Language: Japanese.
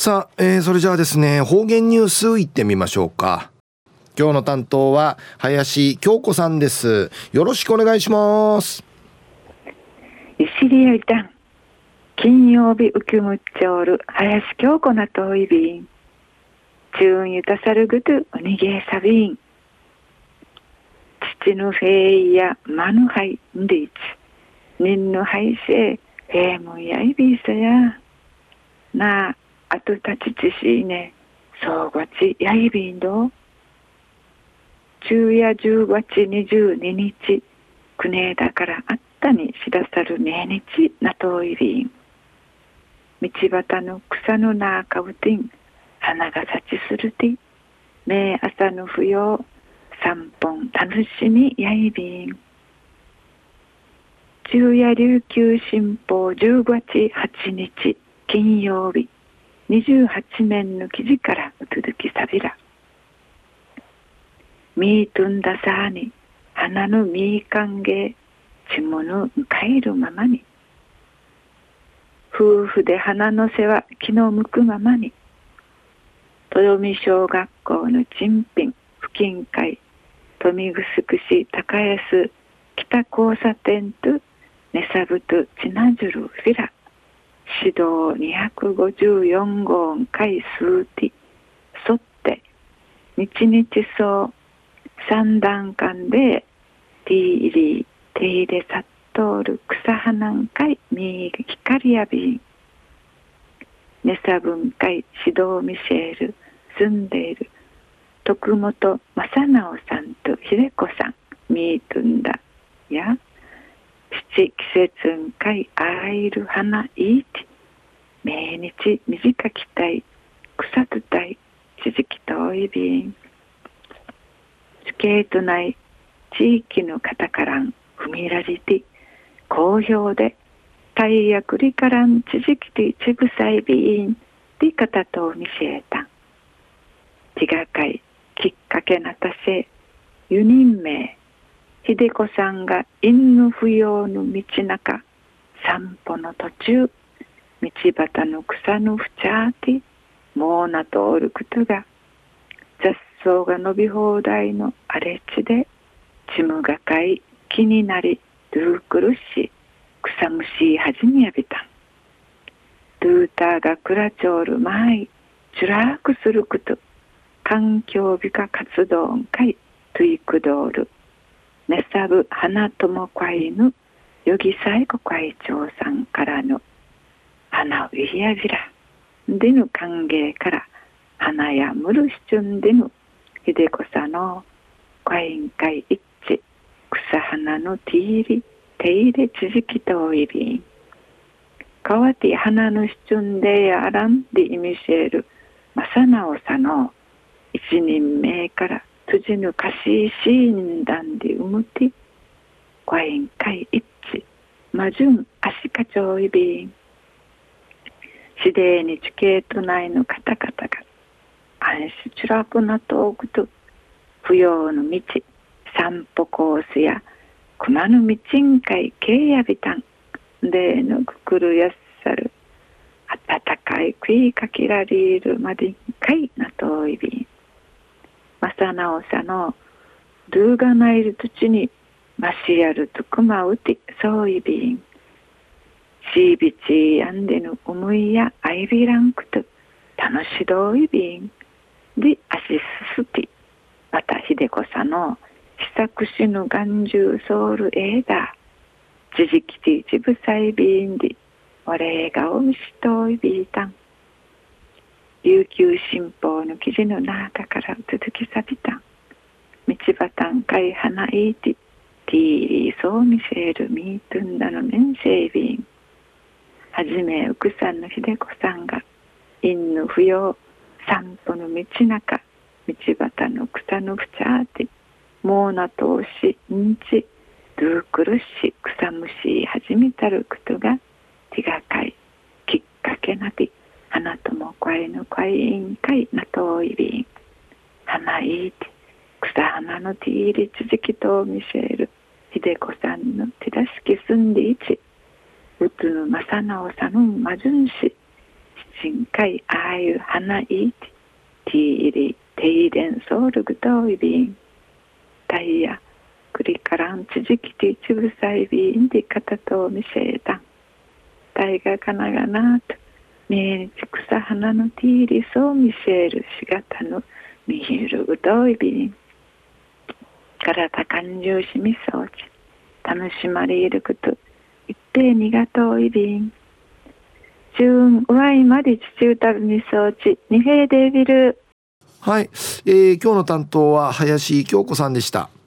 さあ、それじゃあですね、方言ニュースいってみましょうか。今日の担当は林京子さんです。よろしくお願いします。 いしりやいたん金曜日うきむっちょる林京子なといびん中ゆたさるぐとおにげさびん父のへいやまぬはいんでいちにんのはいせへいむやいびさやなあとたちちしいねそうがちやいびんど中夜10月22日くねだからあったにしださるねにちなといびん道端の草の中うてん花が咲ちするて明朝の不要三本楽しみやいびん中夜琉球新報10月8日金曜日28面の記事からうつづきさびらみーとんださーに花のみーかんげちもの帰るままに夫婦で花の世話気の向くままに豊見小学校の珍品付近会豊見城市高安北交差点とねさぶとちなじゅるフィラ指導254号会数ティ沿って日々そう三段間でティーリー手入れさっとる草花ん会み光やびんねさぶん会指導ミシェール住んでいる徳本正直さんと秀子さんみーとんだや七季節ん会あいる花いいて命日短きたい草とたい地域遠いびんスケート内地域の方からん踏みられて好評でタイヤクリからん地域てちぐさいびんで方と見せた手がかいきっかけなたせ4人名秀子さんが犬不要の道中散歩の途中道端の草のふちゃーてもうなとおることが雑草が伸び放題の荒れ地でちむがかい気になりドゥークルし草むしはじめやびたんドゥーターがくらちょうる前ちゅらくすること環境美化活動会トゥイクドールねさぶ花友会のよぎさいこ会長さんからの花ウィヤビラでの歓迎から花やむるしちゅんでの秀子さんの会員会一致草花の手入れ続きといびんかわて花のしちゅんでやらんで意味しえる正直さの一人名から辻ぬかしい診断でうむて会員会一致まじゅんあしかちょいびんしでに地形都内の方々が安心ちゅらくなとおくと不要の道散歩コースや熊の道んかいけいやびたんでのくくるやっさる暖かい食いかけられるまでんかいなといびん正直さのドゥーがないる土地にましやるとくまうてそういびんシービチやんでの思いやアイビランクと楽しどいびんで足すすてまた秀子さんの試作しの眼中ソウルエーダー地磁気て一部さいびんでお礼がおみしといびいたん琉球新報の記事の中から続きさびたん道端んかい花いてティーリーそう見せるミートンダの面せいびんはじめ奥さんの秀子さんが陰の不要散歩の道中道端の草のふちゃーてもうなとおしんちドゥークルし草むし始めたることが手がかいきっかけなて花とも会の会員会なといびん花いいて草花の手入れ続きと見せる秀子さんの手助けすんでいちうつの正直さのまじゅんし深海ああいう花いいティー入り停電ソウルグドイビンタイヤクリカランチジキティチブサイビンディカタトミシェーダンタイガカナガナートミーニチクサ花のティーリソーミシェールシガタのミヒルグドイビンからた感情しみそうち楽しまれること一平にがとういびん中うわいまで地中たるみそうち二平デビル。 はい、今日の担当は林京子さんでした。